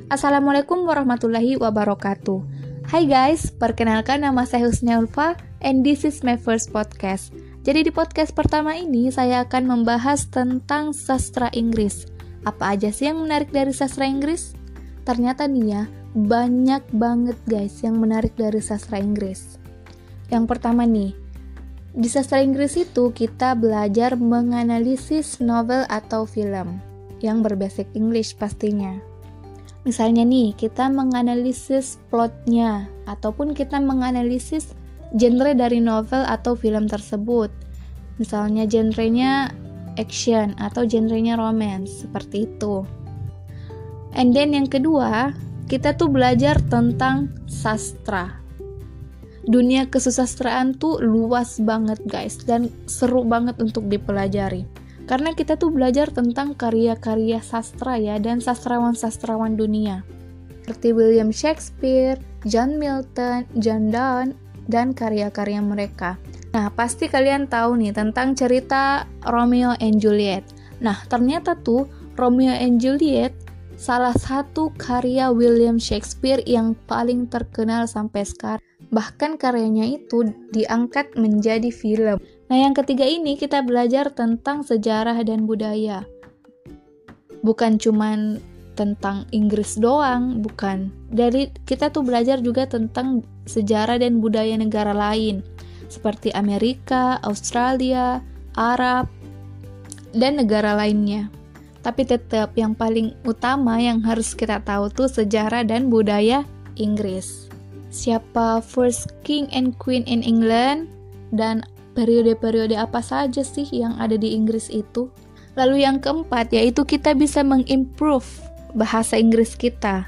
Assalamualaikum warahmatullahi wabarakatuh. Hai guys, perkenalkan nama saya Husnia Ulfa and this is my first podcast. Jadi di podcast pertama ini saya akan membahas tentang sastra Inggris. Apa aja sih yang menarik dari sastra Inggris? Ternyata nih ya, banyak banget guys yang menarik dari sastra Inggris. Yang pertama nih, di sastra Inggris itu kita belajar menganalisis novel atau film yang berbasic English pastinya. Misalnya nih, kita menganalisis plotnya, ataupun kita menganalisis genre dari novel atau film tersebut. Misalnya genrenya action atau genrenya romance, seperti itu. And then yang kedua, kita tuh belajar tentang sastra. Dunia kesusastraan tuh luas banget guys, dan seru banget untuk dipelajari. Karena kita tuh belajar tentang karya-karya sastra ya, dan sastrawan-sastrawan dunia seperti William Shakespeare, John Milton, John Donne, dan karya-karya mereka. Nah, pasti kalian tahu nih tentang cerita Romeo and Juliet. Nah, ternyata tuh Romeo and Juliet salah satu karya William Shakespeare yang paling terkenal sampai sekarang. Bahkan karyanya itu diangkat menjadi film. Nah, yang ketiga ini kita belajar tentang sejarah dan budaya. Bukan cuman tentang Inggris doang, bukan. Dari kita tuh belajar juga tentang sejarah dan budaya negara lain, seperti Amerika, Australia, Arab, dan negara lainnya. Tapi tetap yang paling utama yang harus kita tahu tuh sejarah dan budaya Inggris. Siapa first king and queen in England, dan periode-periode apa saja sih yang ada di Inggris itu. Lalu yang keempat yaitu kita bisa mengimprove bahasa Inggris kita.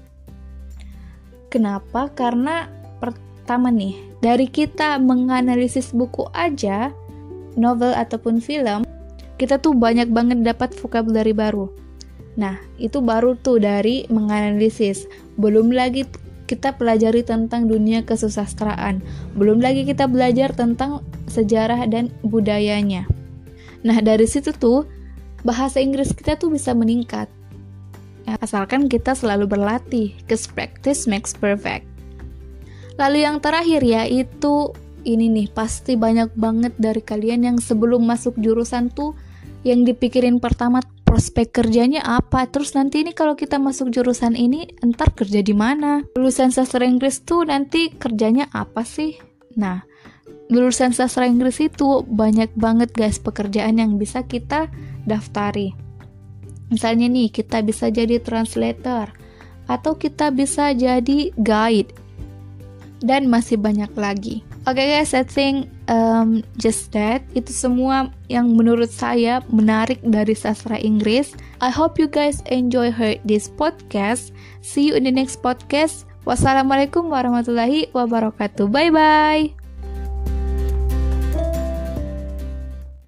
Kenapa? Karena pertama nih, dari kita menganalisis buku aja, novel ataupun film, kita tuh banyak banget dapat vocabulary baru. Nah, itu baru tuh dari menganalisis. Belum lagi kita pelajari tentang dunia kesusastraan. Belum lagi kita belajar tentang sejarah dan budayanya. Nah, dari situ tuh bahasa Inggris kita tuh bisa meningkat. Asalkan kita selalu berlatih, cause practice makes perfect. Lalu yang terakhir yaitu ini nih, pasti banyak banget dari kalian yang sebelum masuk jurusan tuh yang dipikirin pertama prospek kerjanya apa, terus nanti ini kalau kita masuk jurusan ini entar kerja di mana, lulusan sastra Inggris tuh nanti kerjanya apa sih. Nah, lulusan sastra Inggris itu banyak banget guys pekerjaan yang bisa kita daftari. Misalnya nih, kita bisa jadi translator, atau kita bisa jadi guide, dan masih banyak lagi. Oke guys, I think just that. Itu semua yang menurut saya menarik dari sastra Inggris. I hope you guys enjoy heard this podcast. See you in the next podcast. Wassalamualaikum warahmatullahi wabarakatuh. Bye bye.